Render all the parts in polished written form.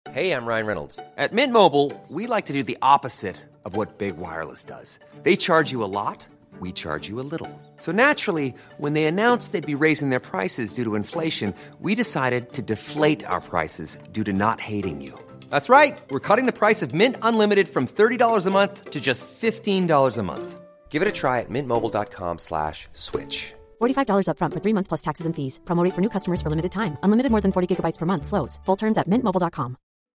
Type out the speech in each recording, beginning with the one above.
Hey, I'm Ryan Reynolds. At Mint Mobile, we like to do the opposite of what Big Wireless does. They charge you a lot, we charge you a little. So naturally, when they announced they'd be raising their prices due to inflation, we decided to deflate our prices due to not hating you. That's right. We're cutting the price of Mint Unlimited from $30 a month to just $15 a month. Give it a try at mintmobile.com/switch. $45 up front for 3 months plus taxes and fees. Promo rate for new customers for limited time. Unlimited more than 40 gigabytes per month. Slows full terms at mintmobile.com.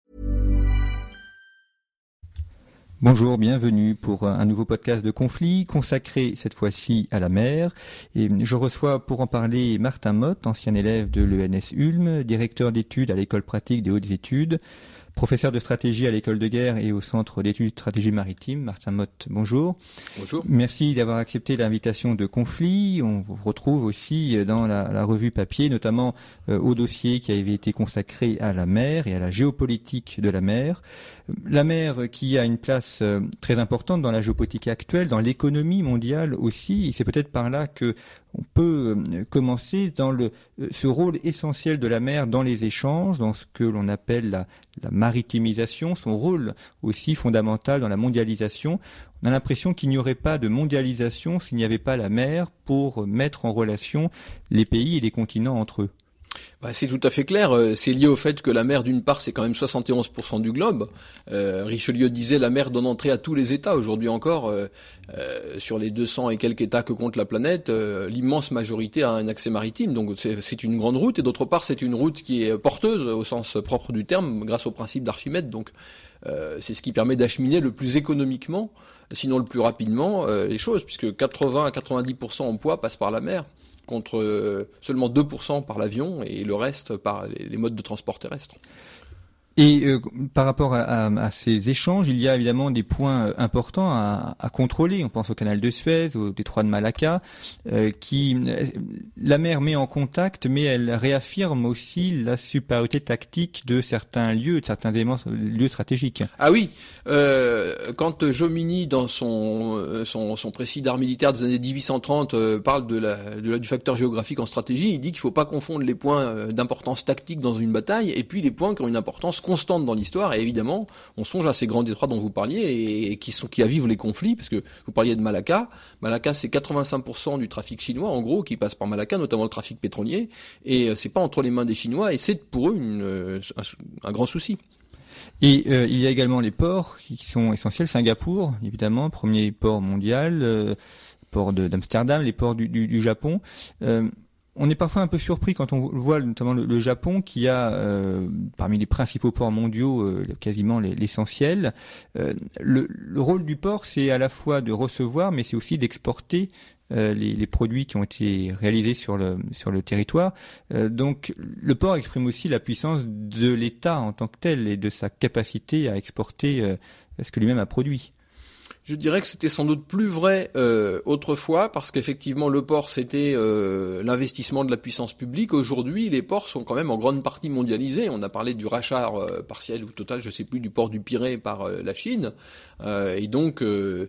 Bonjour, bienvenue pour un nouveau podcast de conflit consacré cette fois-ci à la mer. Et je reçois pour en parler Martin Motte, ancien élève de l'ENS Ulm, directeur d'études à l'école pratique des hautes études, professeur de stratégie à l'école de guerre et au centre d'études stratégie maritime. Martin Motte, bonjour. Bonjour. Merci d'avoir accepté l'invitation de conflit. On vous retrouve aussi dans la revue papier, notamment au dossier qui avait été consacré à la mer et à la géopolitique de la mer. La mer qui a une place très importante dans la géopolitique actuelle, dans l'économie mondiale aussi. Et c'est peut-être par là que on peut commencer dans ce rôle essentiel de la mer dans les échanges, dans ce que l'on appelle la maritimisation, son rôle aussi fondamental dans la mondialisation. On a l'impression qu'il n'y aurait pas de mondialisation s'il n'y avait pas la mer pour mettre en relation les pays et les continents entre eux. C'est tout à fait clair. C'est lié au fait que la mer, d'une part, c'est quand même 71% du globe. Richelieu disait la mer donne entrée à tous les États. Aujourd'hui encore, sur les 200 et quelques États que compte la planète, l'immense majorité a un accès maritime. Donc c'est une grande route. Et d'autre part, c'est une route qui est porteuse au sens propre du terme, grâce au principe d'Archimède. Donc c'est ce qui permet d'acheminer le plus économiquement, sinon le plus rapidement, les choses, puisque 80 à 90% en poids passent par la mer, contre seulement 2% par l'avion et le reste par les modes de transport terrestres. Et par rapport à ces échanges, il y a évidemment des points importants à contrôler. On pense au canal de Suez, au détroit de Malacca, qui la mer met en contact, mais elle réaffirme aussi la supériorité tactique de certains lieux, de certains éléments, lieux stratégiques. Ah oui, quand Jomini, dans son précis d'art militaire des années 1830, parle du facteur géographique en stratégie, il dit qu'il ne faut pas confondre les points d'importance tactique dans une bataille et puis les points qui ont une importance constante dans l'histoire. Et évidemment, on songe à ces grands détroits dont vous parliez et qui avivent les conflits, parce que vous parliez de Malacca. Malacca, c'est 85% du trafic chinois, en gros, qui passe par Malacca, notamment le trafic pétrolier. Et c'est pas entre les mains des Chinois, et c'est pour eux un grand souci. Et il y a également les ports qui sont essentiels. Singapour, évidemment, premier port mondial, port d'Amsterdam, les ports du Japon. On est parfois un peu surpris quand on voit notamment le Japon qui a parmi les principaux ports mondiaux quasiment l'essentiel. Le rôle du port, c'est à la fois de recevoir, mais c'est aussi d'exporter les produits qui ont été réalisés sur le territoire. Donc le port exprime aussi la puissance de l'État en tant que tel et de sa capacité à exporter ce que lui-même a produit. Je dirais que c'était sans doute plus vrai autrefois, parce qu'effectivement le port c'était l'investissement de la puissance publique. Aujourd'hui, les ports sont quand même en grande partie mondialisés. On a parlé du rachat partiel ou total, je sais plus, du port du Pirée par la Chine. Et donc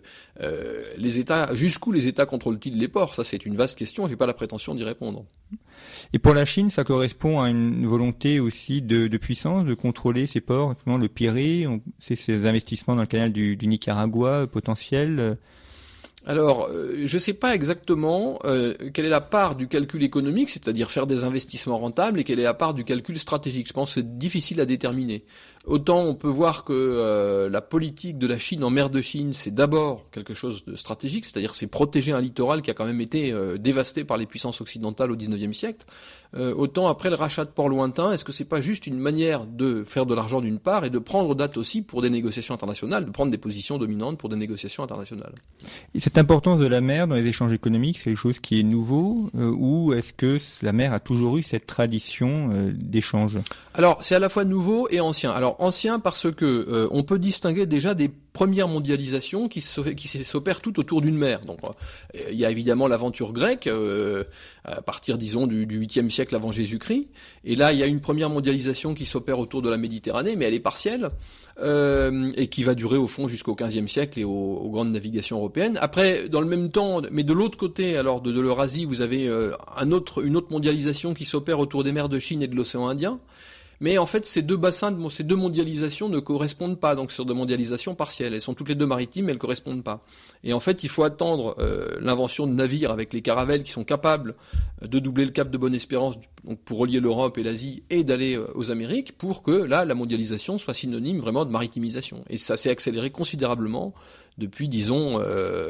les États, jusqu'où les États contrôlent-ils les ports ? Ça, c'est une vaste question. J'ai pas la prétention d'y répondre. Et pour la Chine, ça correspond à une volonté aussi de puissance, de contrôler ces ports, effectivement, le Pirée, c'est ces investissements dans le canal du Nicaragua potentiels. Alors, je ne sais pas exactement quelle est la part du calcul économique, c'est-à-dire faire des investissements rentables, et quelle est la part du calcul stratégique. Je pense que c'est difficile à déterminer. Autant on peut voir que la politique de la Chine en mer de Chine, c'est d'abord quelque chose de stratégique, c'est-à-dire c'est protéger un littoral qui a quand même été dévasté par les puissances occidentales au XIXe siècle. Autant après le rachat de ports lointains, est-ce que c'est pas juste une manière de faire de l'argent d'une part et de prendre date aussi pour des négociations internationales, de prendre des positions dominantes pour des négociations internationales. Et cette importance de la mer dans les échanges économiques, c'est quelque chose qui est nouveau ou est-ce que la mer a toujours eu cette tradition d'échange ? Alors c'est à la fois nouveau et ancien. Alors ancien parce que on peut distinguer déjà des première mondialisation qui s'opère tout autour d'une mer. Donc il y a évidemment l'aventure grecque à partir, disons, du 8e siècle avant Jésus-Christ. Et là, il y a une première mondialisation qui s'opère autour de la Méditerranée, mais elle est partielle et qui va durer au fond jusqu'au 15e siècle et aux grandes navigations européennes. Après, dans le même temps, mais de l'autre côté, alors de l'Eurasie, vous avez une autre mondialisation qui s'opère autour des mers de Chine et de l'océan Indien. Mais en fait, ces deux mondialisations ne correspondent pas, donc sur de mondialisations partielles. Elles sont toutes les deux maritimes, mais elles correspondent pas. Et en fait, il faut attendre l'invention de navires avec les caravelles qui sont capables de doubler le cap de Bonne-Espérance, donc pour relier l'Europe et l'Asie, et d'aller aux Amériques, pour que là, la mondialisation soit synonyme vraiment de maritimisation. Et ça s'est accéléré considérablement depuis, disons,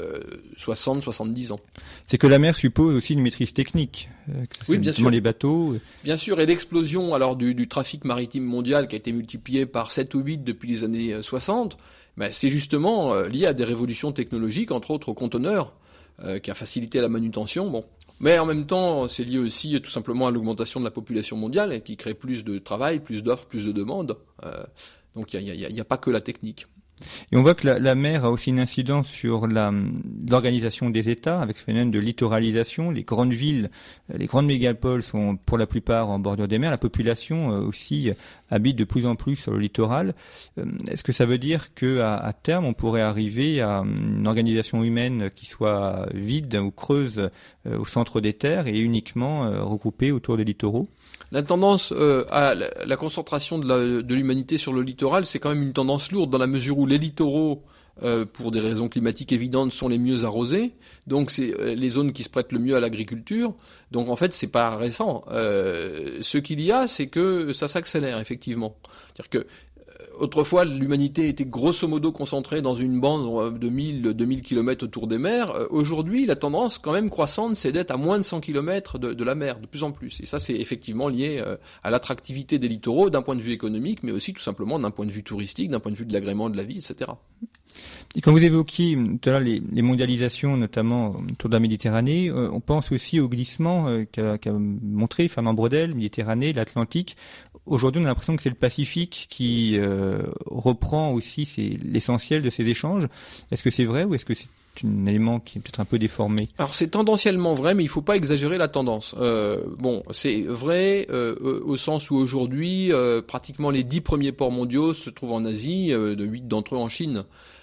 60-70 ans. C'est que la mer suppose aussi une maîtrise technique. Oui, bien sûr. Les bateaux. Bien sûr, et l'explosion alors du trafic maritime mondial qui a été multiplié par 7 ou 8 depuis les années 60, c'est justement lié à des révolutions technologiques, entre autres au conteneur, qui a facilité la manutention. Bon. Mais en même temps, c'est lié aussi tout simplement à l'augmentation de la population mondiale et qui crée plus de travail, plus d'offres, plus de demandes. Donc il y a pas que la technique. Et on voit que la mer a aussi une incidence sur l'organisation des États, avec ce phénomène de littoralisation. Les grandes villes, les grandes mégapoles sont pour la plupart en bordure des mers. La population aussi habite de plus en plus sur le littoral. Est-ce que ça veut dire que à terme, on pourrait arriver à une organisation humaine qui soit vide ou creuse au centre des terres et uniquement regroupée autour des littoraux? La tendance à la concentration de l'humanité sur le littoral, c'est quand même une tendance lourde dans la mesure où les littoraux, pour des raisons climatiques évidentes, sont les mieux arrosés. Donc c'est les zones qui se prêtent le mieux à l'agriculture. Donc en fait, c'est pas récent. Ce qu'il y a, c'est que ça s'accélère effectivement. C'est-à-dire que autrefois, l'humanité était grosso modo concentrée dans une bande de 1000 km autour des mers. Aujourd'hui, la tendance quand même croissante, c'est d'être à moins de 100 km de la mer, de plus en plus. Et ça, c'est effectivement lié à l'attractivité des littoraux d'un point de vue économique, mais aussi tout simplement d'un point de vue touristique, d'un point de vue de l'agrément de la vie, etc. Et quand vous évoquiez tout à l'heure les mondialisations, notamment autour de la Méditerranée, on pense aussi au glissement qu'a montré Fernand Braudel, Méditerranée, l'Atlantique. Aujourd'hui, on a l'impression que c'est le Pacifique qui reprend aussi l'essentiel de ces échanges. Est-ce que c'est vrai ou est-ce que c'est un élément qui est peut-être un peu déformé? Alors c'est tendanciellement vrai, mais il faut pas exagérer la tendance. C'est vrai au sens où aujourd'hui, pratiquement les 10 premiers ports mondiaux se trouvent en Asie, de 8 d'entre eux en Chine.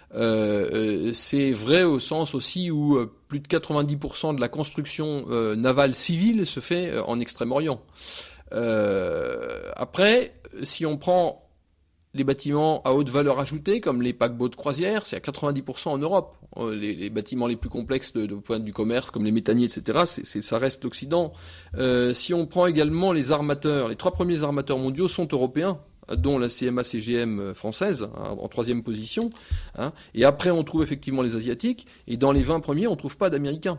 C'est vrai au sens aussi où plus de 90% de la construction navale civile se fait en Extrême-Orient. Après, si on prend les bâtiments à haute valeur ajoutée, comme les paquebots de croisière, c'est à 90% en Europe. Les bâtiments les plus complexes de point du commerce, comme les méthaniers, etc., ça reste l'Occident. Si on prend également les armateurs, les 3 premiers armateurs mondiaux sont européens, dont la CMA-CGM française, en 3e position. Et après, on trouve effectivement les Asiatiques, et dans les 20 premiers, on trouve pas d'Américains.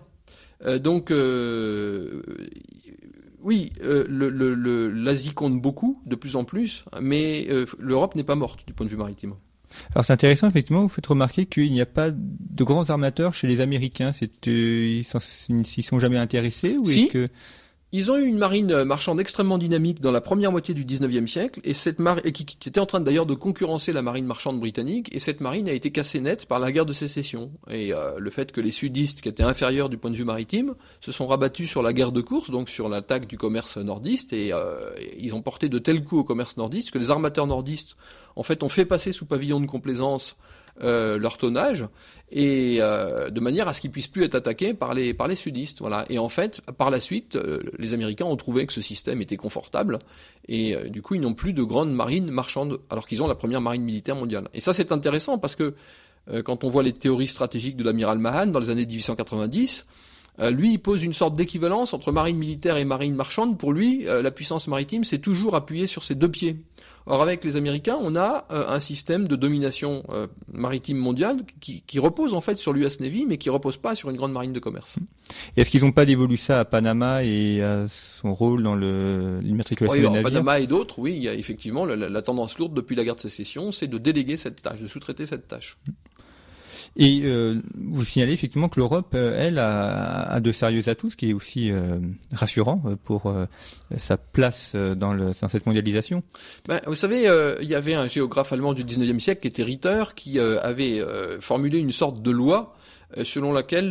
Oui, l'Asie compte beaucoup, de plus en plus, mais l'Europe n'est pas morte du point de vue maritime. Alors c'est intéressant, effectivement, vous faites remarquer qu'il n'y a pas de grands armateurs chez les Américains. Ils s'y sont jamais intéressés ou si. Est-ce que... Ils ont eu une marine marchande extrêmement dynamique dans la première moitié du 19e siècle, et qui était en train d'ailleurs de concurrencer la marine marchande britannique, et cette marine a été cassée nette par la guerre de sécession. Et le fait que les sudistes, qui étaient inférieurs du point de vue maritime, se sont rabattus sur la guerre de course, donc sur l'attaque du commerce nordiste, et ils ont porté de tels coups au commerce nordiste que les armateurs nordistes, en fait, ont fait passer sous pavillon de complaisance leur tonnage, et de manière à ce qu'ils puissent plus être attaqués par les sudistes, voilà. Et en fait, par la suite, les Américains ont trouvé que ce système était confortable, et du coup, ils n'ont plus de grande marine marchande, alors qu'ils ont la première marine militaire mondiale. Et ça, c'est intéressant parce que quand on voit les théories stratégiques de l'amiral Mahan dans les années 1890, lui, il pose une sorte d'équivalence entre marine militaire et marine marchande. Pour lui, la puissance maritime, c'est toujours appuyé sur ses 2 pieds. Or, avec les Américains, on a un système de domination maritime mondiale qui repose en fait sur l'US Navy, mais qui repose pas sur une grande marine de commerce. Et est-ce qu'ils n'ont pas dévolu ça à Panama et à son rôle dans l'immatriculation des navires? Panama et d'autres, oui, il y a effectivement la tendance lourde depuis la guerre de sécession, c'est de déléguer cette tâche, de sous-traiter cette tâche. Et vous signalez effectivement que l'Europe, elle, a de sérieux atouts, ce qui est aussi rassurant pour sa place dans cette mondialisation. Vous savez, il y avait un géographe allemand du 19e siècle qui était Ritter, qui avait formulé une sorte de loi selon laquelle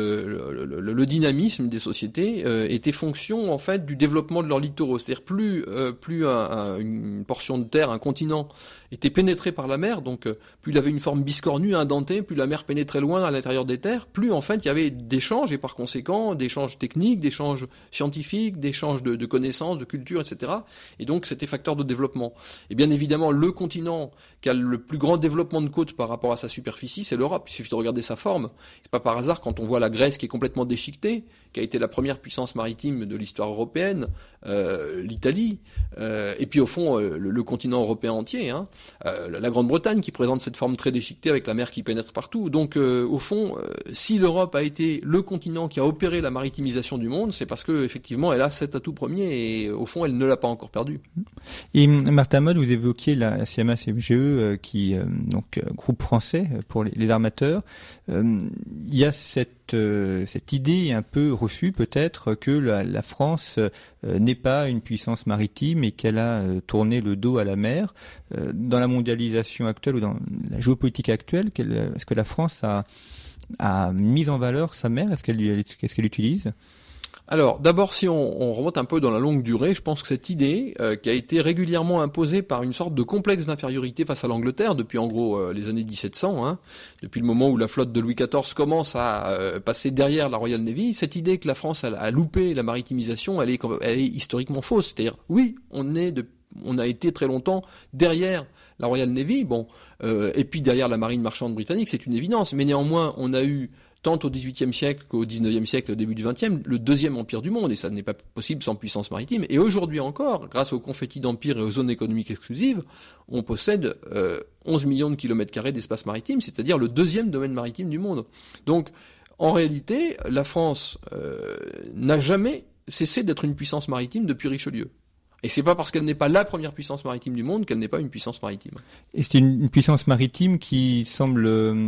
le dynamisme des sociétés était fonction en fait du développement de leurs littoraux. C'est-à-dire plus une portion de terre, un continent était pénétré par la mer, donc plus il avait une forme biscornue, indentée, plus la mer pénétrait loin à l'intérieur des terres, plus en fait il y avait d'échanges et par conséquent d'échanges techniques, d'échanges scientifiques, d'échanges de connaissances, de culture, etc. Et donc c'était facteur de développement. Et bien évidemment le continent qui a le plus grand développement de côtes par rapport à sa superficie, c'est l'Europe. Il suffit de regarder sa forme. C'est pas par hasard quand on voit la Grèce qui est complètement déchiquetée, qui a été la première puissance maritime de l'histoire européenne, l'Italie, et puis au fond le continent européen entier, la Grande-Bretagne qui présente cette forme très déchiquetée avec la mer qui pénètre partout. Donc au fond, si l'Europe a été le continent qui a opéré la maritimisation du monde, c'est parce que effectivement elle a cet atout premier et au fond elle ne l'a pas encore perdu. Et Martin Moll, vous évoquiez la CMA CGE qui donc groupe français pour les armateurs. Il y a cette idée un peu reçue peut-être que la France n'est pas une puissance maritime et qu'elle a tourné le dos à la mer. Dans la mondialisation actuelle ou dans la géopolitique actuelle, est-ce que la France a mis en valeur sa mer? Est-ce qu'elle l'utilise? Alors, d'abord, si on remonte un peu dans la longue durée, je pense que cette idée, qui a été régulièrement imposée par une sorte de complexe d'infériorité face à l'Angleterre, depuis en gros les années 1700, depuis le moment où la flotte de Louis XIV commence à passer derrière la Royal Navy, cette idée que la France a loupé la maritimisation, elle est historiquement fausse. C'est-à-dire, oui, on a été très longtemps derrière la Royal Navy, et puis derrière la marine marchande britannique, c'est une évidence, mais néanmoins, on a eu tant au XVIIIe siècle qu'au XIXe siècle, au début du XXe, le deuxième empire du monde, et ça n'est pas possible sans puissance maritime. Et aujourd'hui encore, grâce aux confettis d'empire et aux zones économiques exclusives, on possède 11 millions de kilomètres carrés d'espace maritime, c'est-à-dire le deuxième domaine maritime du monde. Donc, en réalité, la France n'a jamais cessé d'être une puissance maritime depuis Richelieu. Et c'est pas parce qu'elle n'est pas la première puissance maritime du monde qu'elle n'est pas une puissance maritime. Et c'est une puissance maritime qui semble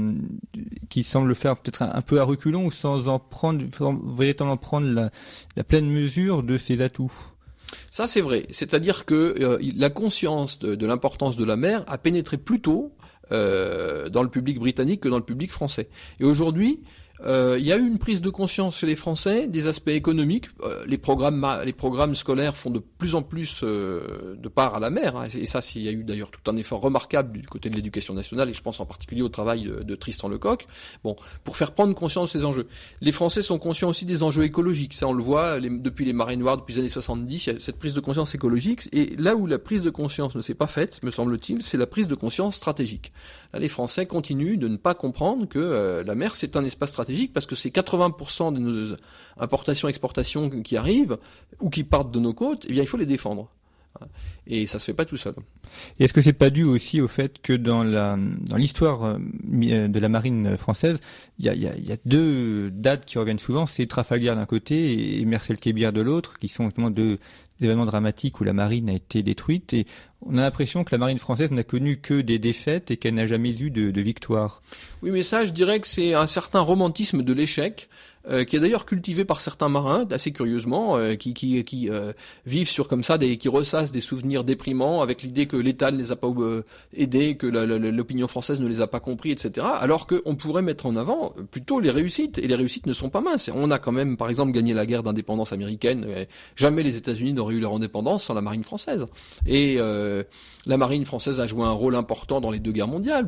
faire peut-être un peu à reculons ou sans véritablement prendre la pleine mesure de ses atouts. Ça c'est vrai. C'est-à-dire que la conscience de l'importance de la mer a pénétré plus tôt dans le public britannique que dans le public français. Et aujourd'hui, il y a eu une prise de conscience chez les Français des aspects économiques. Les programmes scolaires font de plus en plus de part à la mer, et ça, il y a eu d'ailleurs tout un effort remarquable du côté de l'éducation nationale, et je pense en particulier au travail de Tristan Lecoq. Pour faire prendre conscience de ces enjeux. Les Français sont conscients aussi des enjeux écologiques. Ça, on le voit depuis les marées noires, depuis les années 70, il y a cette prise de conscience écologique. Et là où la prise de conscience ne s'est pas faite, me semble-t-il, c'est la prise de conscience stratégique. Là, les Français continuent de ne pas comprendre que la mer, c'est un espace stratégique, parce que c'est 80% de nos importations-exportations qui arrivent ou qui partent de nos côtes, eh bien il faut les défendre. Et ça se fait pas tout seul. Et est-ce que c'est pas dû aussi au fait que dans l'histoire de la marine française, il y a deux dates qui reviennent souvent, c'est Trafalgar d'un côté et Mers-el-Kébir de l'autre, qui sont justement deux événements dramatiques où la marine a été détruite, et on a l'impression que la marine française n'a connu que des défaites et qu'elle n'a jamais eu de victoire. Oui, mais ça, je dirais que c'est un certain romantisme de l'échec, qui est d'ailleurs cultivé par certains marins, assez curieusement, qui vivent sur comme ça, qui ressassent des souvenirs déprimants, avec l'idée que l'État ne les a pas aidés, que l'opinion française ne les a pas compris, etc. Alors qu'on pourrait mettre en avant plutôt les réussites, et les réussites ne sont pas minces. On a quand même, par exemple, gagné la guerre d'indépendance américaine. Jamais les États-Unis n'auraient eu leur indépendance sans la marine française. Et la marine française a joué un rôle important dans les deux guerres mondiales.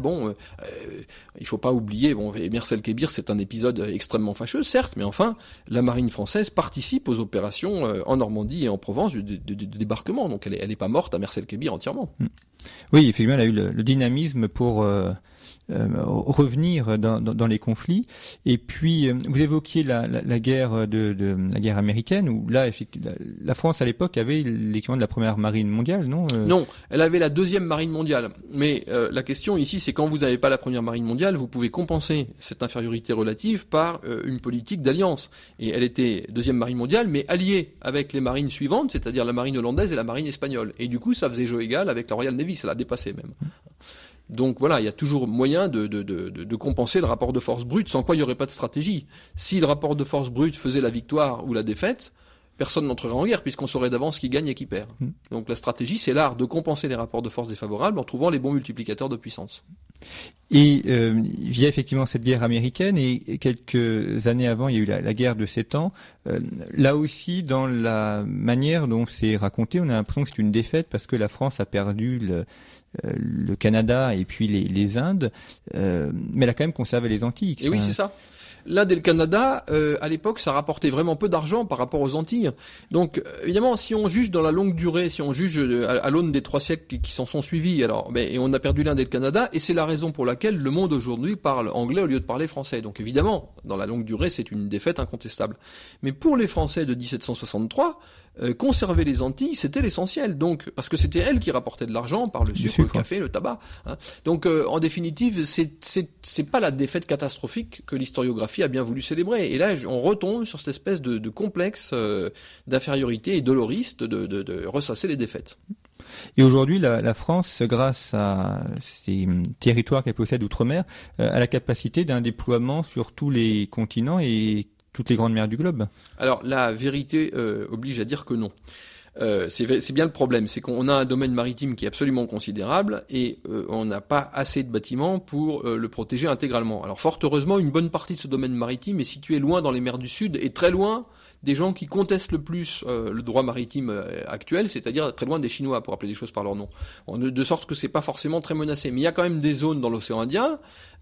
Il faut pas oublier, Mers-el-Kébir, c'est un épisode extrêmement fâcheux, certes, mais enfin, la marine française participe aux opérations en Normandie et en Provence de débarquement. Donc elle est pas morte à Mers-el-Kébir entièrement. Oui, effectivement, elle a eu le dynamisme pour revenir dans les conflits. Et puis, vous évoquiez la guerre la guerre américaine, où là, effectivement, la France à l'époque avait l'équivalent de la première marine mondiale, non Non, elle avait la deuxième marine mondiale. Mais la question ici, c'est quand vous n'avez pas la première marine mondiale, vous pouvez compenser cette infériorité relative par une politique d'alliance. Et elle était deuxième marine mondiale, mais alliée avec les marines suivantes, c'est-à-dire la marine hollandaise et la marine espagnole. Et du coup, ça faisait jeu égal avec la Royal Navy, ça l'a dépassé même. Donc voilà, il y a toujours moyen de compenser le rapport de force brute, sans quoi il n'y aurait pas de stratégie. Si le rapport de force brute faisait la victoire ou la défaite, personne n'entrerait en guerre, puisqu'on saurait d'avance qui gagne et qui perd. Donc la stratégie, c'est l'art de compenser les rapports de force défavorables en trouvant les bons multiplicateurs de puissance. Et il y a effectivement cette guerre américaine, et quelques années avant, il y a eu la guerre de 7 ans. Là aussi, dans la manière dont c'est raconté, on a l'impression que c'est une défaite parce que la France a perdu le Canada et puis les Indes, mais elle a quand même conservé les Antilles. Et oui, c'est ça. L'Inde et le Canada, à l'époque, ça rapportait vraiment peu d'argent par rapport aux Antilles. Donc, évidemment, si on juge dans la longue durée, si on juge à l'aune des 3 siècles qui s'en sont suivis, et on a perdu l'Inde et le Canada, et c'est la raison pour laquelle le monde aujourd'hui parle anglais au lieu de parler français. Donc, évidemment, dans la longue durée, c'est une défaite incontestable. Mais pour les Français de 1763, conserver les Antilles, c'était l'essentiel. Donc, parce que c'était elles qui rapportaient de l'argent par le sucre, le café, le tabac. Hein. Donc, en définitive, c'est pas la défaite catastrophique que l'historiographie a bien voulu célébrer. Et là, on retombe sur cette espèce de complexe d'infériorité et doloriste de ressasser les défaites. Et aujourd'hui, la France, grâce à ces territoires qu'elle possède outre-mer, a la capacité d'un déploiement sur tous les continents et toutes les grandes mers du globe. Alors, la vérité oblige à dire que non. C'est bien le problème, c'est qu'on a un domaine maritime qui est absolument considérable et on n'a pas assez de bâtiments pour le protéger intégralement. Alors fort heureusement, une bonne partie de ce domaine maritime est située loin dans les mers du Sud et très loin des gens qui contestent le plus le droit maritime actuel, c'est-à-dire très loin des Chinois, pour appeler les choses par leur nom. De sorte que c'est pas forcément très menacé. Mais il y a quand même des zones dans l'océan Indien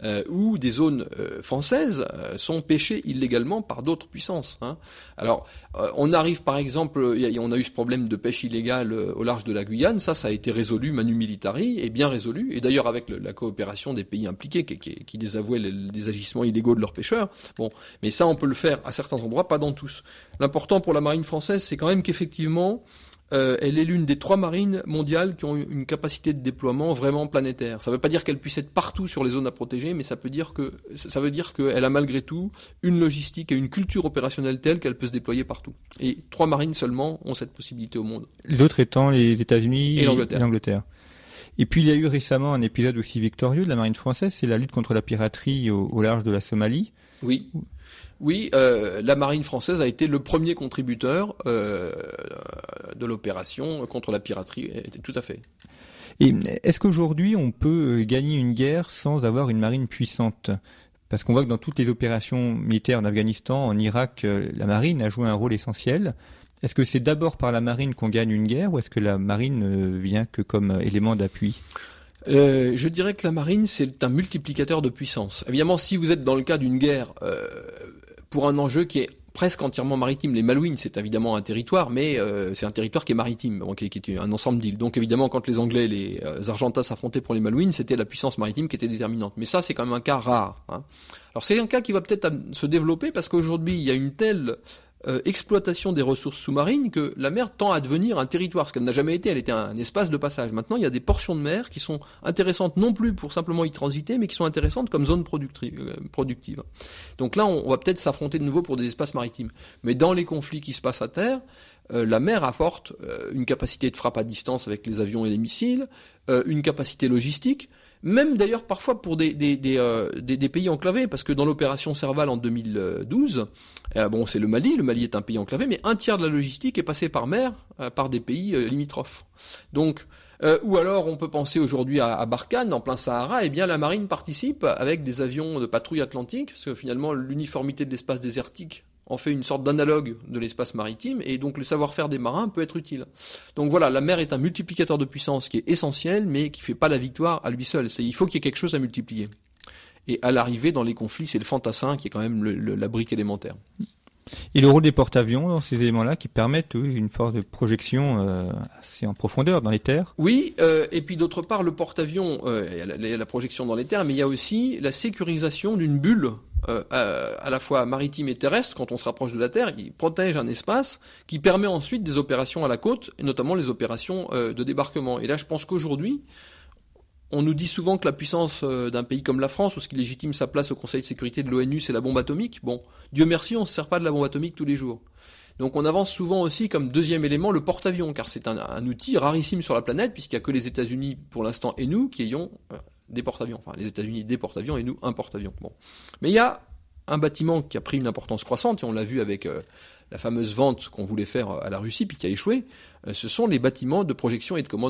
où des zones françaises sont pêchées illégalement par d'autres puissances. Hein. Alors, on arrive par exemple, on a eu ce problème de pêche illégale au large de la Guyane, ça a été résolu manu militari, et bien résolu, et d'ailleurs avec la coopération des pays impliqués qui désavouaient des agissements illégaux de leurs pêcheurs. Bon, mais ça on peut le faire à certains endroits, pas dans tous. L'important pour la marine française, c'est quand même qu'effectivement, elle est l'une des 3 marines mondiales qui ont une capacité de déploiement vraiment planétaire. Ça ne veut pas dire qu'elle puisse être partout sur les zones à protéger, mais ça veut dire qu'elle a malgré tout une logistique et une culture opérationnelle telle qu'elle peut se déployer partout. Et 3 marines seulement ont cette possibilité au monde. Les autres étant les États-Unis et l'Angleterre. Et puis il y a eu récemment un épisode aussi victorieux de la marine française, c'est la lutte contre la piraterie au large de la Somalie. Oui, la marine française a été le premier contributeur de l'opération contre la piraterie, tout à fait. Et est-ce qu'aujourd'hui on peut gagner une guerre sans avoir une marine puissante ? Parce qu'on voit que dans toutes les opérations militaires en Afghanistan, en Irak, la marine a joué un rôle essentiel. Est-ce que c'est d'abord par la marine qu'on gagne une guerre ou est-ce que la marine vient que comme élément d'appui ? Je dirais que la marine, c'est un multiplicateur de puissance. Évidemment, si vous êtes dans le cas d'une guerre pour un enjeu qui est presque entièrement maritime, les Malouines, c'est évidemment un territoire, mais c'est un territoire qui est maritime, qui est un ensemble d'îles. Donc évidemment, quand les Anglais, les Argentas s'affrontaient pour les Malouines, c'était la puissance maritime qui était déterminante. Mais ça, c'est quand même un cas rare. Hein. Alors c'est un cas qui va peut-être se développer parce qu'aujourd'hui, il y a une telle exploitation des ressources sous-marines que la mer tend à devenir un territoire, ce qu'elle n'a jamais été, elle était un espace de passage. Maintenant, il y a des portions de mer qui sont intéressantes non plus pour simplement y transiter, mais qui sont intéressantes comme zone productive. Donc là, on va peut-être s'affronter de nouveau pour des espaces maritimes. Mais dans les conflits qui se passent à terre, la mer apporte une capacité de frappe à distance avec les avions et les missiles, une capacité logistique, même d'ailleurs parfois pour des pays enclavés, parce que dans l'opération Serval en 2012, c'est le Mali est un pays enclavé, mais un tiers de la logistique est passée par mer, par des pays limitrophes. Donc, ou alors on peut penser aujourd'hui à Barkhane, en plein Sahara, eh bien la marine participe avec des avions de patrouille atlantique, parce que finalement l'uniformité de l'espace désertique en fait une sorte d'analogue de l'espace maritime, et donc le savoir-faire des marins peut être utile. Donc voilà, la mer est un multiplicateur de puissance qui est essentiel, mais qui fait pas la victoire à lui seul. Il faut qu'il y ait quelque chose à multiplier. Et à l'arrivée, dans les conflits, c'est le fantassin qui est quand même la brique élémentaire. Et le rôle des porte-avions dans ces éléments-là qui permettent une force de projection assez en profondeur dans les terres. Oui, et puis d'autre part, le porte-avions, il y a la projection dans les terres, mais il y a aussi la sécurisation d'une bulle à la fois maritime et terrestre. Quand on se rapproche de la Terre, il protège un espace qui permet ensuite des opérations à la côte, et notamment les opérations de débarquement. Et là, je pense qu'aujourd'hui, on nous dit souvent que la puissance d'un pays comme la France, ou ce qui légitime sa place au Conseil de sécurité de l'ONU, c'est la bombe atomique. Bon, Dieu merci, on ne se sert pas de la bombe atomique tous les jours. Donc on avance souvent aussi comme deuxième élément le porte-avions, car c'est un outil rarissime sur la planète, puisqu'il n'y a que les États-Unis pour l'instant et nous qui ayons des porte-avions. Enfin, les États-Unis des porte-avions et nous un porte-avions. Bon. Mais il y a un bâtiment qui a pris une importance croissante, et on l'a vu avec la fameuse vente qu'on voulait faire à la Russie, puis qui a échoué. Ce sont les bâtiments de projection et de commandement.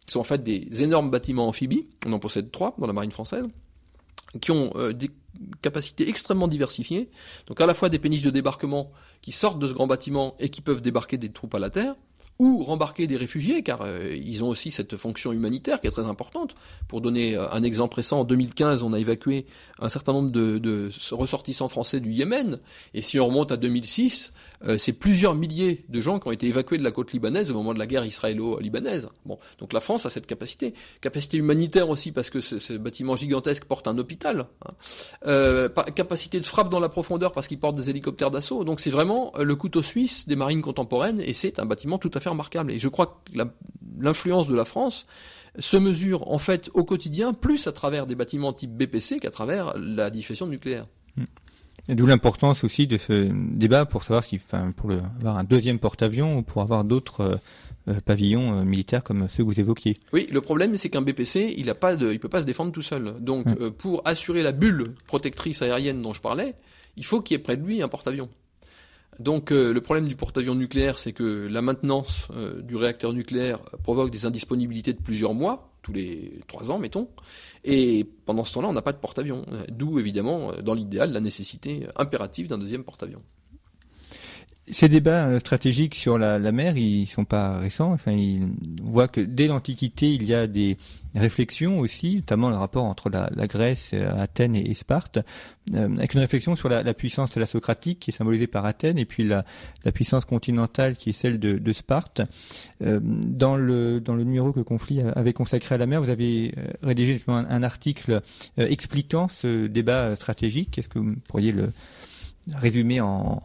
qui sont en fait des énormes bâtiments amphibies, on en possède 3 dans la marine française, qui ont des capacités extrêmement diversifiées, donc à la fois des péniches de débarquement qui sortent de ce grand bâtiment et qui peuvent débarquer des troupes à la terre, ou rembarquer des réfugiés, car ils ont aussi cette fonction humanitaire qui est très importante. Pour donner un exemple récent, en 2015, on a évacué un certain nombre de ressortissants français du Yémen, et si on remonte à 2006, c'est plusieurs milliers de gens qui ont été évacués de la côte libanaise au moment de la guerre israélo-libanaise. Bon, donc la France a cette capacité humanitaire aussi, parce que ce bâtiment gigantesque porte un hôpital, capacité de frappe dans la profondeur parce qu'il porte des hélicoptères d'assaut, donc c'est vraiment le couteau suisse des marines contemporaines, et c'est un bâtiment tout à fait remarquable. Et je crois que l'influence de la France se mesure en fait au quotidien plus à travers des bâtiments type BPC qu'à travers la dissuasion nucléaire. Et d'où l'importance aussi de ce débat pour savoir si, avoir un deuxième porte-avions ou pour avoir d'autres pavillons militaires comme ceux que vous évoquiez. Oui, le problème c'est qu'un BPC, il peut pas se défendre tout seul. Donc pour assurer la bulle protectrice aérienne dont je parlais, il faut qu'il y ait près de lui un porte-avions. Donc le problème du porte-avions nucléaire, c'est que la maintenance du réacteur nucléaire provoque des indisponibilités de plusieurs mois, tous les 3 ans, mettons, et pendant ce temps-là, on n'a pas de porte-avions. D'où, évidemment, dans l'idéal, la nécessité impérative d'un deuxième porte-avions. Ces débats stratégiques sur la mer, ils sont pas récents. Enfin, on voit que dès l'Antiquité, il y a des réflexions aussi, notamment le rapport entre la Grèce, Athènes et Sparte, avec une réflexion sur la puissance thalassocratique qui est symbolisée par Athènes, et puis la puissance continentale qui est celle de Sparte. Dans le numéro que Conflit avait consacré à la mer, vous avez rédigé justement un article expliquant ce débat stratégique. Est-ce que vous pourriez le résumer en...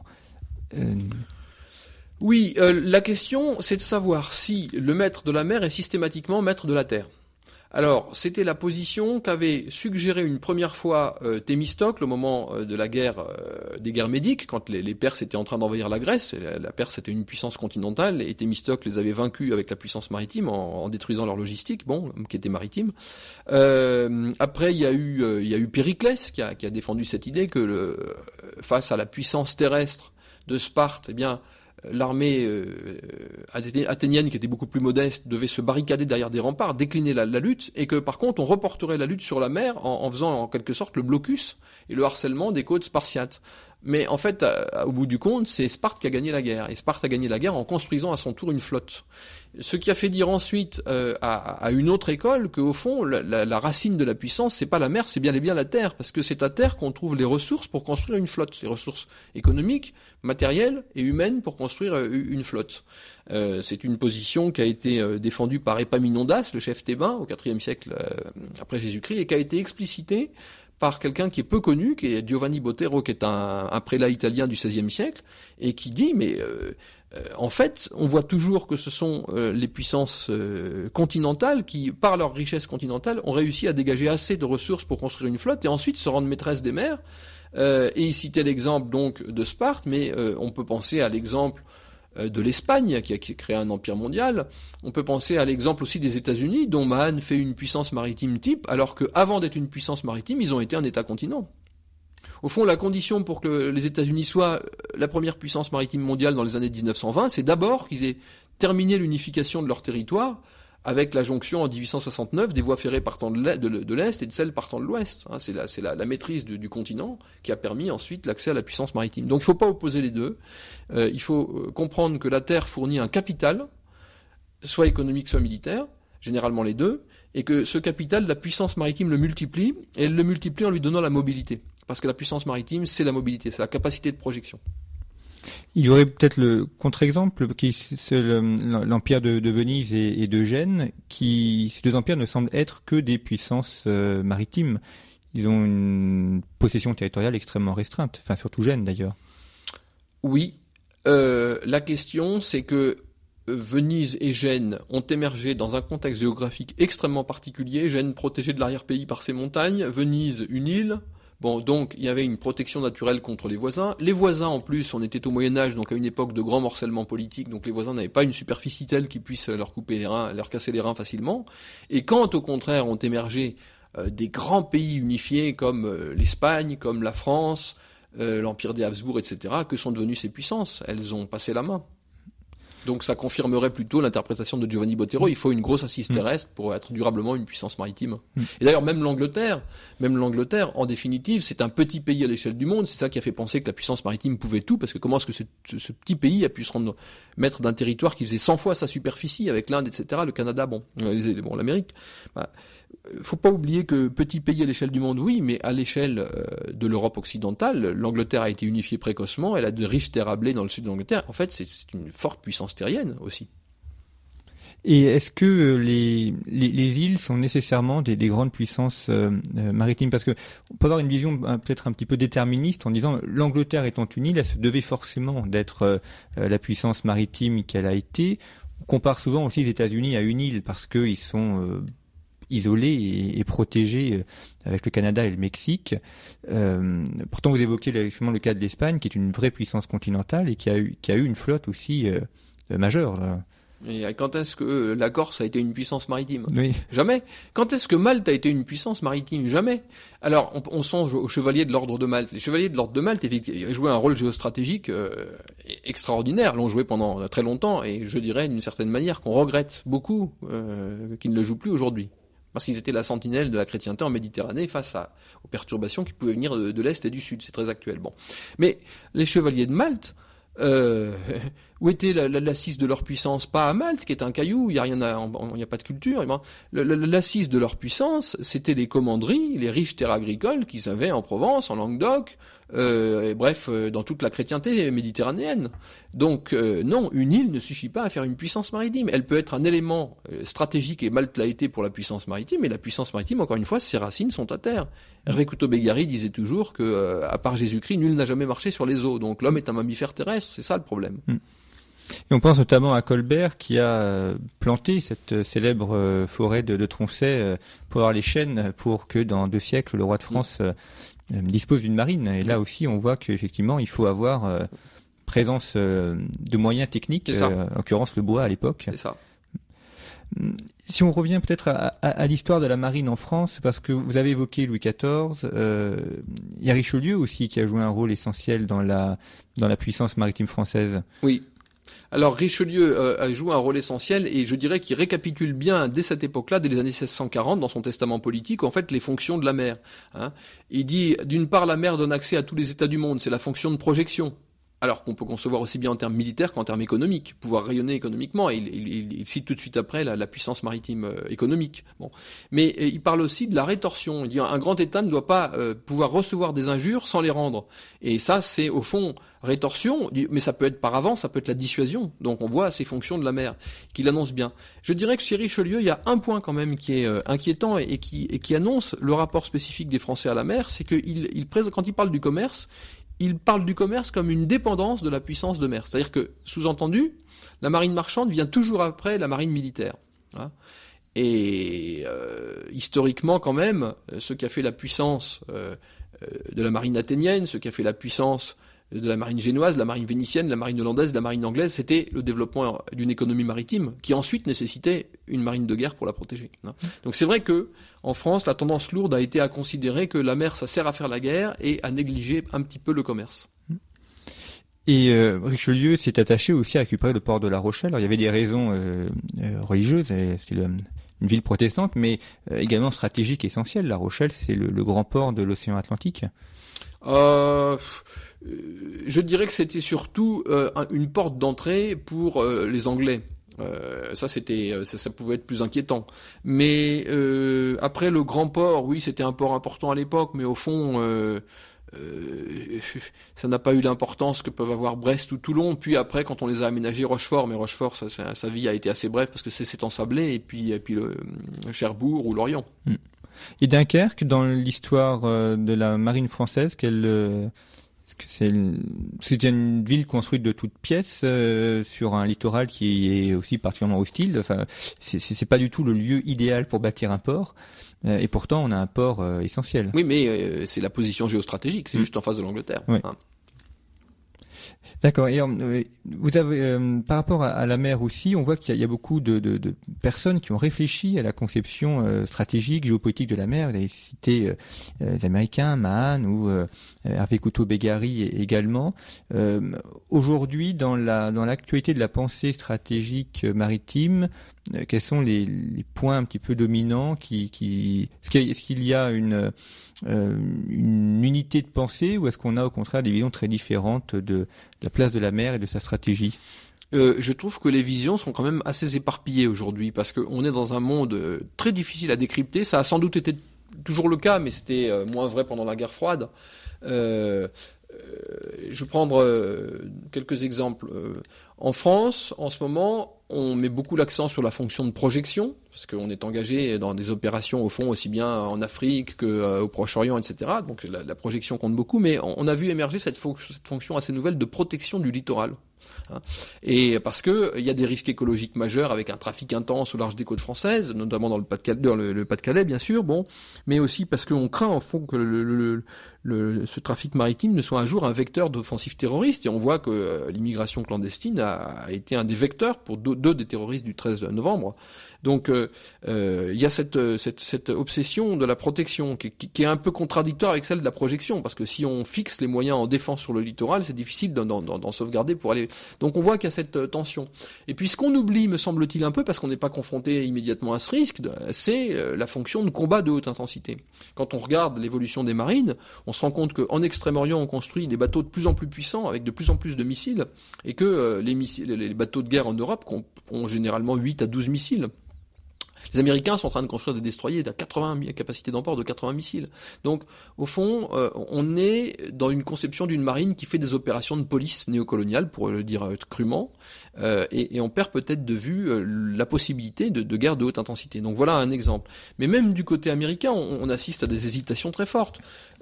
Oui, la question, c'est de savoir si le maître de la mer est systématiquement maître de la terre. Alors, c'était la position qu'avait suggéré une première fois Thémistocle au moment de la guerre des guerres médiques, quand les Perses étaient en train d'envahir la Grèce. La Perse était une puissance continentale, et Thémistocle les avait vaincus avec la puissance maritime en détruisant leur logistique, qui était maritime. Après, il y a eu Périclès qui a défendu cette idée que face à la puissance terrestre de Sparte, eh bien, l'armée athénienne, qui était beaucoup plus modeste, devait se barricader derrière des remparts, décliner la lutte, et que par contre on reporterait la lutte sur la mer en faisant en quelque sorte le blocus et le harcèlement des côtes spartiates. Mais en fait, au bout du compte, c'est Sparte qui a gagné la guerre, et Sparte a gagné la guerre en construisant à son tour une flotte. Ce qui a fait dire ensuite à une autre école qu'au fond, la racine de la puissance, c'est pas la mer, c'est bien et bien la terre, parce que c'est à terre qu'on trouve les ressources pour construire une flotte, les ressources économiques, matérielles et humaines pour construire une flotte. C'est une position qui a été défendue par Épaminondas, le chef thébain, au IVe siècle après Jésus-Christ, et qui a été explicitée par quelqu'un qui est peu connu, qui est Giovanni Botero, qui est un prélat italien du XVIe siècle, et qui dit, mais en fait, on voit toujours que ce sont les puissances continentales qui, par leur richesse continentale, ont réussi à dégager assez de ressources pour construire une flotte et ensuite se rendre maîtresses des mers. Et il citait l'exemple donc de Sparte, mais on peut penser à l'exemple de l'Espagne, qui a créé un empire mondial. On peut penser à l'exemple aussi des États-Unis, dont Mahan fait une puissance maritime type, alors qu'avant d'être une puissance maritime, ils ont été un État-continent. Au fond, la condition pour que les États-Unis soient la première puissance maritime mondiale dans les années 1920, c'est d'abord qu'ils aient terminé l'unification de leur territoire avec la jonction en 1869 des voies ferrées partant de l'Est et de celles partant de l'Ouest. C'est la maîtrise du continent qui a permis ensuite l'accès à la puissance maritime. Donc il ne faut pas opposer les deux. Il faut comprendre que la terre fournit un capital, soit économique, soit militaire, généralement les deux, et que ce capital, la puissance maritime le multiplie, et elle le multiplie en lui donnant la mobilité. Parce que la puissance maritime, c'est la mobilité, c'est la capacité de projection. Il y aurait peut-être le contre-exemple, qui c'est l'empire de Venise et de Gênes, ces deux empires ne semblent être que des puissances maritimes. Ils ont une possession territoriale extrêmement restreinte, enfin surtout Gênes d'ailleurs. Oui, la question c'est que Venise et Gênes ont émergé dans un contexte géographique extrêmement particulier. Gênes protégé de l'arrière-pays par ses montagnes, Venise une île. Bon, donc il y avait une protection naturelle contre les voisins. Les voisins, en plus, on était au Moyen-Âge, donc à une époque de grand morcellement politique, donc les voisins n'avaient pas une superficie telle qui puisse leur couper les reins, leur casser les reins facilement. Et quand, au contraire, ont émergé des grands pays unifiés comme l'Espagne, comme la France, l'Empire des Habsbourg, etc., que sont devenues ces puissances? Elles ont passé la main. Donc ça confirmerait plutôt l'interprétation de Giovanni Botero. Il faut une grosse assise terrestre pour être durablement une puissance maritime. Et d'ailleurs, même l'Angleterre, en définitive, c'est un petit pays à l'échelle du monde. C'est ça qui a fait penser que la puissance maritime pouvait tout, parce que comment est-ce que ce petit pays a pu se rendre maître d'un territoire qui faisait 100 fois sa superficie avec l'Inde, etc., le Canada, l'Amérique. Faut pas oublier que petit pays à l'échelle du monde, oui, mais à l'échelle de l'Europe occidentale, l'Angleterre a été unifiée précocement, elle a de riches terres à blé dans le sud de l'Angleterre. En fait, c'est une forte puissance terrienne aussi. Et est-ce que les îles sont nécessairement des grandes puissances maritimes? Parce que on peut avoir une vision peut-être un petit peu déterministe en disant l'Angleterre étant une île, elle se devait forcément d'être la puissance maritime qu'elle a été. On compare souvent aussi les États-Unis à une île parce qu'ils sont isolés et protégés avec le Canada et le Mexique. Pourtant, vous évoquez justement le cas de l'Espagne, qui est une vraie puissance continentale et qui a eu une flotte aussi majeure. Là. Et quand est-ce que la Corse a été une puissance maritime? Oui. Jamais. Quand est-ce que Malte a été une puissance maritime? Jamais. Alors, on songe aux chevaliers de l'ordre de Malte. Les chevaliers de l'ordre de Malte, effectivement, jouaient un rôle géostratégique extraordinaire. L'ont joué pendant très longtemps, et je dirais d'une certaine manière qu'on regrette beaucoup qu'ils ne le jouent plus aujourd'hui. Parce qu'ils étaient la sentinelle de la chrétienté en Méditerranée face aux perturbations qui pouvaient venir de l'Est et du Sud. C'est très actuel. Bon. Mais les chevaliers de Malte, où était l'assise de leur puissance? Pas à Malte, qui est un caillou, il n'y a pas de culture. L'assise de leur puissance, c'était les commanderies, les riches terres agricoles qu'ils avaient en Provence, en Languedoc, dans toute la chrétienté méditerranéenne. Donc non, une île ne suffit pas à faire une puissance maritime. Elle peut être un élément stratégique, et Malte l'a été pour la puissance maritime, mais la puissance maritime, encore une fois, ses racines sont à terre. Hervé Couto-Begari disait toujours que, à part Jésus-Christ, nul n'a jamais marché sur les eaux. Donc l'homme est un mammifère terrestre, c'est ça le problème. Et on pense notamment à Colbert qui a planté cette célèbre forêt de Tronchet pour avoir les chênes pour que dans 2 siècles le roi de France dispose d'une marine. Et là aussi on voit qu'effectivement il faut avoir présence de moyens techniques, en l'occurrence le bois à l'époque. C'est ça. Si on revient peut-être à l'histoire de la marine en France, parce que vous avez évoqué Louis XIV, il y a Richelieu aussi qui a joué un rôle essentiel dans la puissance maritime française. Oui. Alors Richelieu a joué un rôle essentiel, et je dirais qu'il récapitule bien dès cette époque-là, dès les années 1640, dans son testament politique, en fait les fonctions de la mer. Il dit, d'une part, la mer donne accès à tous les États du monde, c'est la fonction de projection. Alors qu'on peut concevoir aussi bien en termes militaires qu'en termes économiques, pouvoir rayonner économiquement. Il cite tout de suite après la puissance maritime économique. Bon. Mais il parle aussi de la rétorsion. Il dit un grand État ne doit pas pouvoir recevoir des injures sans les rendre. Et ça, c'est au fond rétorsion, mais ça peut être par avance, ça peut être la dissuasion. Donc on voit ces fonctions de la mer qu'il annonce bien. Je dirais que chez Richelieu, il y a un point quand même qui est inquiétant et qui annonce le rapport spécifique des Français à la mer, c'est que quand il parle du commerce, il parle du commerce comme une dépendance de la puissance de mer. C'est-à-dire que, sous-entendu, la marine marchande vient toujours après la marine militaire. Et historiquement, quand même, ce qui a fait la puissance de la marine athénienne, ce qui a fait la puissance de la marine génoise, de la marine vénitienne, de la marine hollandaise, de la marine anglaise, c'était le développement d'une économie maritime qui ensuite nécessitait une marine de guerre pour la protéger. Donc c'est vrai que en France, la tendance lourde a été à considérer que la mer, ça sert à faire la guerre et à négliger un petit peu le commerce. Et Richelieu s'est attaché aussi à récupérer le port de La Rochelle. Alors, il y avait des raisons religieuses, c'était une ville protestante, mais également stratégique et essentielle. La Rochelle, c'est le grand port de l'océan Atlantique. Je dirais que c'était surtout une porte d'entrée pour les Anglais. Ça pouvait être plus inquiétant. Mais après le grand port, oui, c'était un port important à l'époque, mais au fond, ça n'a pas eu l'importance que peuvent avoir Brest ou Toulon. Puis après, quand on les a aménagés, Rochefort, mais Rochefort, sa vie a été assez brève parce que c'est ensablé, et puis le Cherbourg ou Lorient. Et Dunkerque, dans l'histoire de la marine française, c'est une ville construite de toutes pièces sur un littoral qui est aussi particulièrement hostile. Enfin, c'est pas du tout le lieu idéal pour bâtir un port. Et pourtant, on a un port essentiel. Oui, mais c'est la position géostratégique. C'est juste en face de l'Angleterre. Oui. D'accord. Et vous avez, par rapport à la mer aussi, on voit qu'il y a beaucoup de personnes qui ont réfléchi à la conception stratégique, géopolitique de la mer. Vous avez cité les Américains, Mahan ou Hervé Couteau-Bégari également. Aujourd'hui, dans l'actualité de la pensée stratégique maritime, quels sont les points un petit peu dominants est-ce qu'il y a une unité de pensée ou est-ce qu'on a au contraire des visions très différentes de la place de la mer et de sa stratégie? Je trouve que les visions sont quand même assez éparpillées aujourd'hui parce qu'on est dans un monde très difficile à décrypter. Ça a sans doute été toujours le cas, mais c'était moins vrai pendant la guerre froide. Je vais prendre quelques exemples. En France, en ce moment, on met beaucoup l'accent sur la fonction de projection, parce qu'on est engagé dans des opérations, au fond, aussi bien en Afrique qu'au Proche-Orient, etc. Donc la projection compte beaucoup, mais on a vu émerger cette fonction assez nouvelle de protection du littoral. Et parce que il y a des risques écologiques majeurs avec un trafic intense au large des côtes françaises, notamment dans le Pas-de-Calais, bien sûr, mais aussi parce qu'on craint en fond que ce trafic maritime ne soit un jour un vecteur d'offensive terroriste. Et on voit que l'immigration clandestine a été un des vecteurs pour deux des terroristes du 13 novembre. Donc il y a cette obsession de la protection qui est un peu contradictoire avec celle de la projection, parce que si on fixe les moyens en défense sur le littoral, c'est difficile d'en sauvegarder pour aller. Donc on voit qu'il y a cette tension. Et puis ce qu'on oublie, me semble-t-il un peu, parce qu'on n'est pas confronté immédiatement à ce risque, c'est la fonction de combat de haute intensité. Quand on regarde l'évolution des marines, on se rend compte qu'en Extrême-Orient, on construit des bateaux de plus en plus puissants, avec de plus en plus de missiles, et que les bateaux de guerre en Europe ont généralement 8 à 12 missiles. Les Américains sont en train de construire des destroyers de 80 capacités d'emport de 80 missiles. Donc, au fond, on est dans une conception d'une marine qui fait des opérations de police néocoloniale, pour le dire crûment, et on perd peut-être de vue la possibilité de guerre de haute intensité. Donc voilà un exemple. Mais même du côté américain, on assiste à des hésitations très fortes.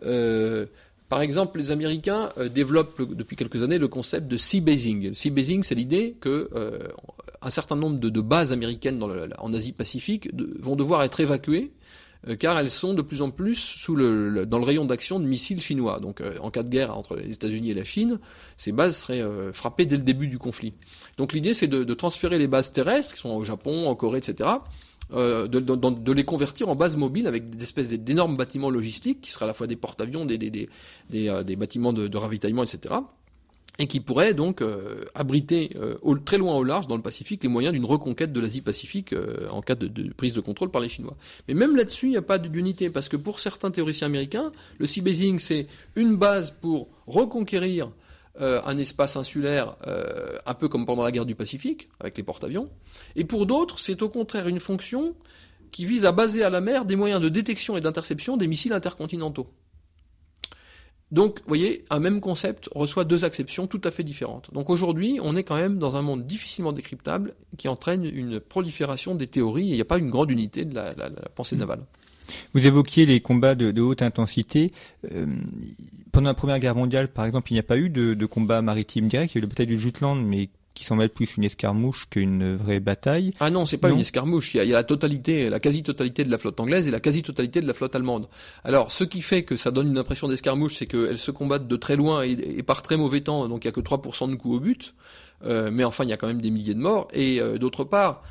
Par exemple, les Américains développent depuis quelques années le concept de sea basing. Le sea basing, c'est l'idée que un certain nombre de bases américaines en Asie-Pacifique vont devoir être évacuées car elles sont de plus en plus dans le rayon d'action de missiles chinois. Donc en cas de guerre entre les États-Unis et la Chine, ces bases seraient frappées dès le début du conflit. Donc l'idée, c'est de transférer les bases terrestres qui sont au Japon, en Corée, etc., de les convertir en bases mobiles avec des espèces d'énormes bâtiments logistiques qui seraient à la fois des porte-avions, des bâtiments de ravitaillement, etc., et qui pourraient donc abriter très loin au large dans le Pacifique les moyens d'une reconquête de l'Asie-Pacifique en cas de prise de contrôle par les Chinois. Mais même là-dessus, il n'y a pas d'unité, parce que pour certains théoriciens américains, le sea basing, c'est une base pour reconquérir un espace insulaire un peu comme pendant la guerre du Pacifique, avec les porte-avions, et pour d'autres, c'est au contraire une fonction qui vise à baser à la mer des moyens de détection et d'interception des missiles intercontinentaux. Donc, vous voyez, un même concept reçoit deux acceptions tout à fait différentes. Donc aujourd'hui, on est quand même dans un monde difficilement décryptable qui entraîne une prolifération des théories et il n'y a pas une grande unité de la pensée navale. Vous évoquiez les combats de haute intensité. Pendant la Première Guerre mondiale, par exemple, il n'y a pas eu de combat maritime direct. Il y a eu la bataille du Jutland, mais qui semble être plus une escarmouche qu'une vraie bataille. Ah non, c'est pas une escarmouche. Il y a la quasi-totalité de la flotte anglaise et la quasi-totalité de la flotte allemande. Alors, ce qui fait que ça donne une impression d'escarmouche, c'est qu'elles se combattent de très loin et par très mauvais temps, donc il y a que 3% de coups au but. Mais enfin, il y a quand même des milliers de morts. Et d'autre part,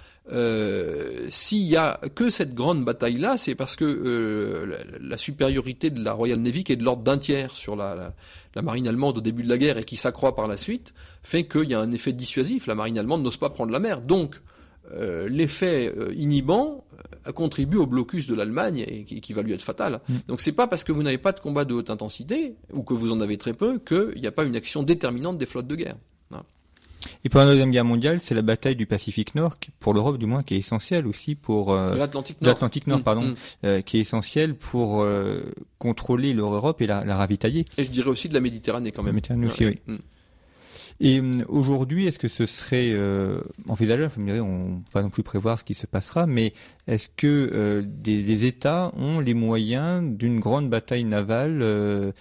s'il y a que cette grande bataille-là, c'est parce que la supériorité de la Royal Navy, qui est de l'ordre d'un tiers sur la marine allemande au début de la guerre et qui s'accroît par la suite, fait qu'il y a un effet dissuasif. La marine allemande n'ose pas prendre la mer. Donc, l'effet inhibant contribue au blocus de l'Allemagne et qui va lui être fatal. Donc c'est pas parce que vous n'avez pas de combat de haute intensité, ou que vous en avez très peu, qu'il n'y a pas une action déterminante des flottes de guerre. Et pour la Deuxième Guerre mondiale, c'est la bataille du Pacifique Nord, pour l'Europe du moins, qui est essentielle aussi pour l'Atlantique Nord, qui est essentielle pour contrôler l'Europe et la ravitailler. Et je dirais aussi de la Méditerranée quand même. La Méditerranée aussi, oui. Et aujourd'hui, est-ce que ce serait envisageable, vous me direz, on ne peut pas non plus prévoir ce qui se passera, mais est-ce que des États ont les moyens d'une grande bataille navale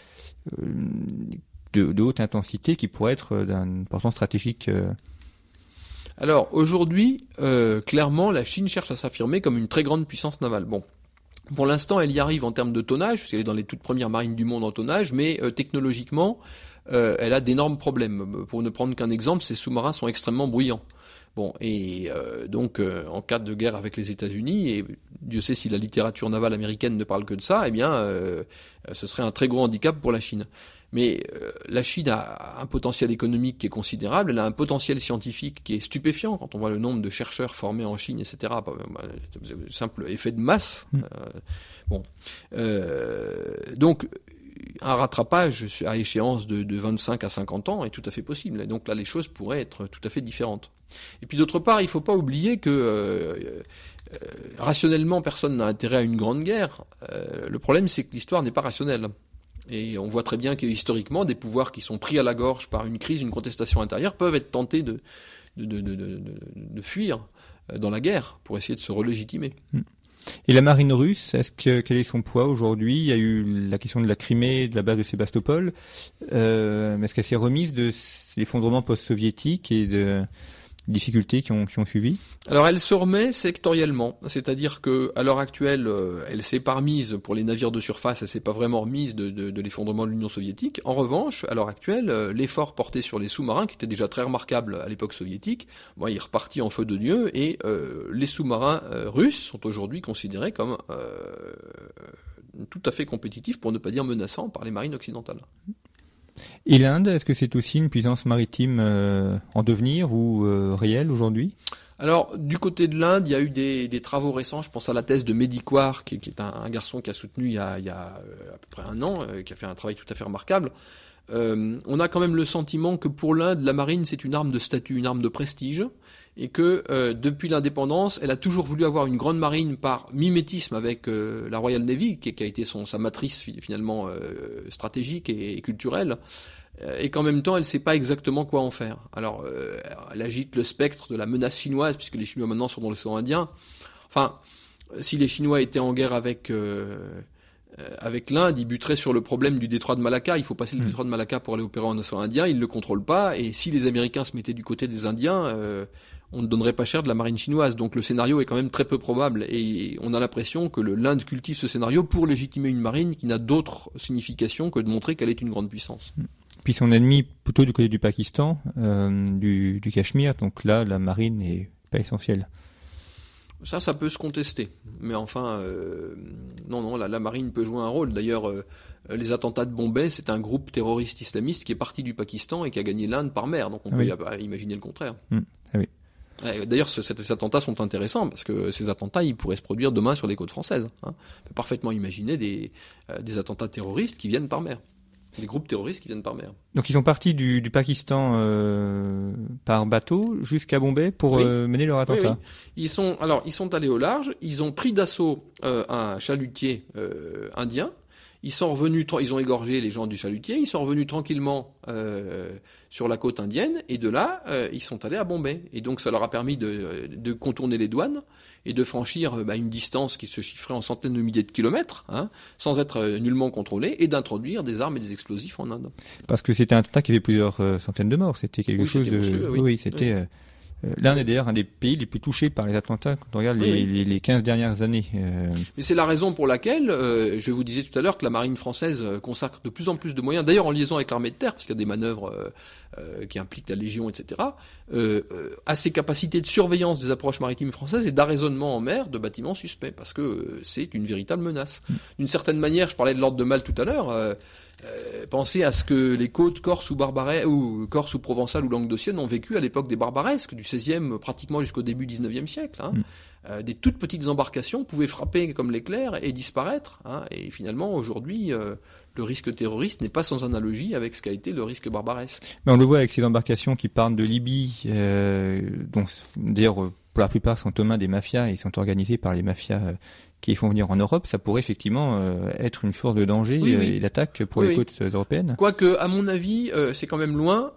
de haute intensité qui pourrait être d'une importance stratégique? Alors aujourd'hui, clairement, la Chine cherche à s'affirmer comme une très grande puissance navale. Bon, pour l'instant, elle y arrive en termes de tonnage, parce qu'elle est dans les toutes premières marines du monde en tonnage, mais technologiquement, elle a d'énormes problèmes. Pour ne prendre qu'un exemple, ces sous-marins sont extrêmement bruyants. Bon, et donc en cas de guerre avec les États-Unis, et Dieu sait si la littérature navale américaine ne parle que de ça, eh bien, ce serait un très gros handicap pour la Chine. Mais la Chine a un potentiel économique qui est considérable, elle a un potentiel scientifique qui est stupéfiant quand on voit le nombre de chercheurs formés en Chine, etc. Simple effet de masse. Donc, un rattrapage à échéance de 25 à 50 ans est tout à fait possible. Et donc là, les choses pourraient être tout à fait différentes. Et puis d'autre part, il ne faut pas oublier que rationnellement, personne n'a intérêt à une grande guerre. Le problème, c'est que l'histoire n'est pas rationnelle. Et on voit très bien que historiquement, des pouvoirs qui sont pris à la gorge par une crise, une contestation intérieure, peuvent être tentés de fuir dans la guerre pour essayer de se relégitimer. Et la marine russe, quel est son poids aujourd'hui ? Il y a eu la question de la Crimée, de la base de Sébastopol. Mais est-ce qu'elle s'est remise de l'effondrement post-soviétique et de difficultés qui ont suivi ? Alors elle se remet sectoriellement, c'est-à-dire que à l'heure actuelle, elle s'est pas remise pour les navires de surface, elle s'est pas vraiment remise de l'effondrement de l'Union soviétique. En revanche, à l'heure actuelle, l'effort porté sur les sous-marins, qui était déjà très remarquable à l'époque soviétique, il est reparti en feu de Dieu, et les sous-marins russes sont aujourd'hui considérés comme tout à fait compétitifs, pour ne pas dire menaçants, par les marines occidentales. Et l'Inde, est-ce que c'est aussi une puissance maritime en devenir ou réelle aujourd'hui ? Alors, du côté de l'Inde, il y a eu des travaux récents. Je pense à la thèse de Medikwar, qui est un garçon qui a soutenu il y a à peu près un an, qui a fait un travail tout à fait remarquable. On a quand même le sentiment que pour l'Inde, la marine, c'est une arme de statut, une arme de prestige, et que depuis l'indépendance, elle a toujours voulu avoir une grande marine par mimétisme avec la Royal Navy, qui a été sa matrice finalement stratégique et culturelle, et qu'en même temps, elle ne sait pas exactement quoi en faire. Alors, elle agite le spectre de la menace chinoise, puisque les Chinois maintenant sont dans l'océan Indien. Enfin, si les Chinois étaient en guerre avec l'Inde, ils buteraient sur le problème du détroit de Malacca. Il faut passer le détroit de Malacca pour aller opérer en océan Indien. Ils ne le contrôlent pas. Et si les Américains se mettaient du côté des Indiens, on ne donnerait pas cher de la marine chinoise. Donc le scénario est quand même très peu probable. Et on a l'impression que l'Inde cultive ce scénario pour légitimer une marine qui n'a d'autre signification que de montrer qu'elle est une grande puissance. Puis son ennemi plutôt du côté du Pakistan, du Cachemire. Donc là, la marine n'est pas essentielle. Ça peut se contester. Mais enfin, non, la marine peut jouer un rôle. D'ailleurs, les attentats de Bombay, c'est un groupe terroriste islamiste qui est parti du Pakistan et qui a gagné l'Inde par mer. Donc on peut imaginer le contraire. Ah oui. D'ailleurs, ces attentats sont intéressants parce que ces attentats, ils pourraient se produire demain sur les côtes françaises. On peut parfaitement imaginer des attentats terroristes qui viennent par mer. Des groupes terroristes qui viennent par mer. Donc ils sont partis du Pakistan par bateau jusqu'à Bombay pour mener leur attentat. Oui. Ils sont allés au large, ils ont pris d'assaut un chalutier indien. Ils sont revenus, ils ont égorgé les gens du chalutier, ils sont revenus tranquillement sur la côte indienne, et de là, ils sont allés à Bombay. Et donc ça leur a permis de contourner les douanes et de franchir une distance qui se chiffrait en centaines de milliers de kilomètres, sans être nullement contrôlés, et d'introduire des armes et des explosifs en Inde. Parce que c'était un attentat qui avait plusieurs centaines de morts, c'était quelque chose de... Monstrueux, oui, c'était... L'Inde est d'ailleurs un des pays les plus touchés par les attentats quand on regarde les 15 dernières années. Mais c'est la raison pour laquelle, je vous disais tout à l'heure que la marine française consacre de plus en plus de moyens, d'ailleurs en liaison avec l'armée de terre, parce qu'il y a des manœuvres qui impliquent la Légion, etc., à ses capacités de surveillance des approches maritimes françaises et d'arraisonnement en mer de bâtiments suspects, parce que c'est une véritable menace. D'une certaine manière, je parlais de l'ordre de Malte tout à l'heure, pensez à ce que les côtes corse ou corse ou provençale ou languedocienne ont vécu à l'époque des barbaresques, du XVIe pratiquement jusqu'au début du XIXe siècle. Des toutes petites embarcations pouvaient frapper comme l'éclair et disparaître. Et finalement, aujourd'hui, le risque terroriste n'est pas sans analogie avec ce qu'a été le risque barbaresque. Mais on le voit avec ces embarcations qui partent de Libye, dont d'ailleurs pour la plupart sont aux mains des mafias et sont organisées par les mafias qui font venir en Europe, ça pourrait effectivement être une source de danger et d'attaque pour les côtes européennes. Quoique, à mon avis, c'est quand même loin,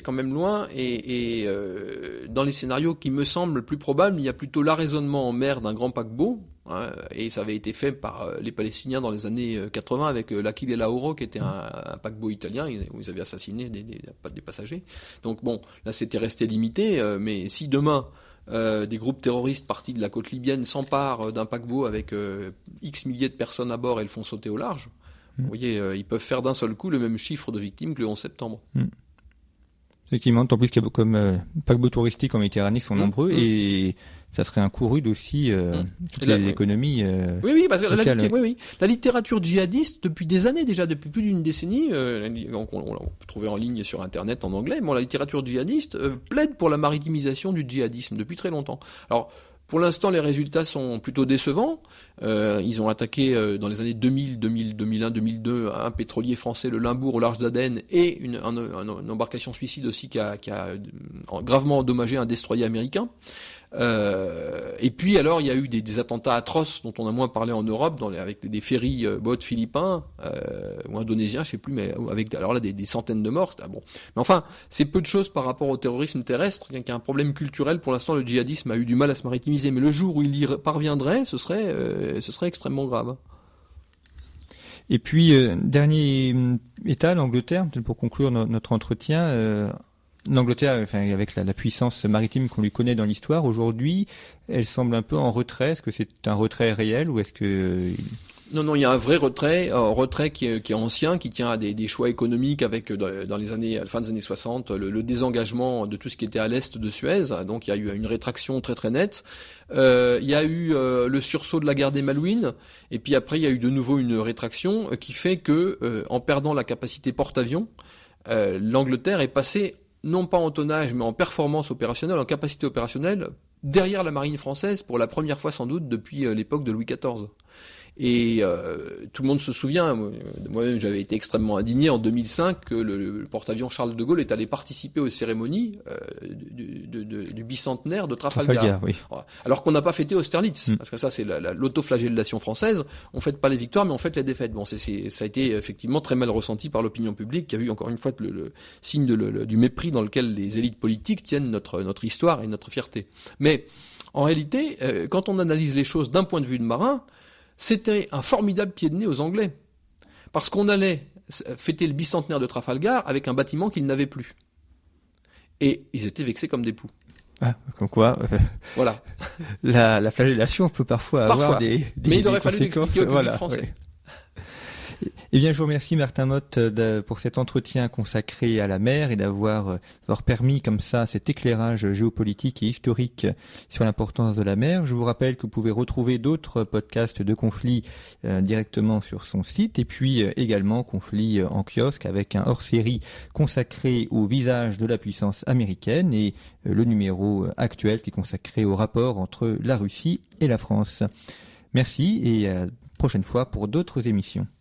et dans les scénarios qui me semblent plus probables, il y a plutôt l'arraisonnement en mer d'un grand paquebot, et ça avait été fait par les Palestiniens dans les années 80 avec l'Achille et l'Auro, qui était un paquebot italien où ils avaient assassiné des passagers. Donc bon, là c'était resté limité, mais si demain des groupes terroristes partis de la côte libyenne s'emparent d'un paquebot avec X milliers de personnes à bord et le font sauter au large, Vous voyez, ils peuvent faire d'un seul coup le même chiffre de victimes que le 11 septembre. Effectivement, tant plus qu'il y a comme paquebots touristiques en Méditerranée sont nombreux et ça serait un coup rude aussi toutes les économies. Oui, parce que la littérature djihadiste depuis des années déjà, depuis plus d'une décennie, on peut trouver en ligne sur Internet en anglais. Bon, la littérature djihadiste plaide pour la maritimisation du djihadisme depuis très longtemps. Alors, pour l'instant, les résultats sont plutôt décevants. Ils ont attaqué dans les années 2000, 2001, 2002 un pétrolier français, le Limbourg, au large d'Aden, et une embarcation suicide aussi qui a gravement endommagé un destroyer américain. Et puis alors il y a eu des attentats atroces dont on a moins parlé en Europe, avec des ferry boats philippins ou indonésiens, je sais plus, mais avec alors là des centaines de morts. Bon, mais enfin c'est peu de choses par rapport au terrorisme terrestre, qui a un problème culturel. Pour l'instant, le djihadisme a eu du mal à se maritimiser, mais le jour où il y parviendrait, ce serait extrêmement grave. Et puis dernier État, l'Angleterre, peut-être pour conclure notre entretien. L'Angleterre, enfin, avec la puissance maritime qu'on lui connaît dans l'histoire, aujourd'hui, elle semble un peu en retrait. Est-ce que c'est un retrait réel ou est-ce que... Non, il y a un vrai retrait qui est ancien, qui tient à des choix économiques avec, dans les années, à la fin des années 60, le désengagement de tout ce qui était à l'est de Suez. Donc il y a eu une rétraction très très nette. Il y a eu le sursaut de la guerre des Malouines, et puis après il y a eu de nouveau une rétraction qui fait que, en perdant la capacité porte-avions, l'Angleterre est passée non pas en tonnage, mais en performance opérationnelle, en capacité opérationnelle, derrière la marine française pour la première fois sans doute depuis l'époque de Louis XIV. Et tout le monde se souvient, moi-même j'avais été extrêmement indigné en 2005 que le porte-avions Charles de Gaulle est allé participer aux cérémonies du bicentenaire de Trafalgar. Oui. Alors qu'on n'a pas fêté Austerlitz, parce que ça c'est l'autoflagellation française. On fête pas les victoires, mais on fête les défaites. Bon, ça a été effectivement très mal ressenti par l'opinion publique, qui a vu encore une fois le signe du mépris dans lequel les élites politiques tiennent notre histoire et notre fierté. Mais en réalité, quand on analyse les choses d'un point de vue de marin, c'était un formidable pied de nez aux Anglais. Parce qu'on allait fêter le bicentenaire de Trafalgar avec un bâtiment qu'ils n'avaient plus. Et ils étaient vexés comme des poux. Ah, comme quoi, voilà. La flagellation peut parfois avoir des mais il aurait fallu conséquences. l'expliquer au public français. Oui. Eh bien, je vous remercie Martin Motte pour cet entretien consacré à la mer et d'avoir permis comme ça cet éclairage géopolitique et historique sur l'importance de la mer. Je vous rappelle que vous pouvez retrouver d'autres podcasts de Conflits directement sur son site et puis également Conflits en kiosque avec un hors-série consacré au visage de la puissance américaine et le numéro actuel qui est consacré au rapport entre la Russie et la France. Merci et à la prochaine fois pour d'autres émissions.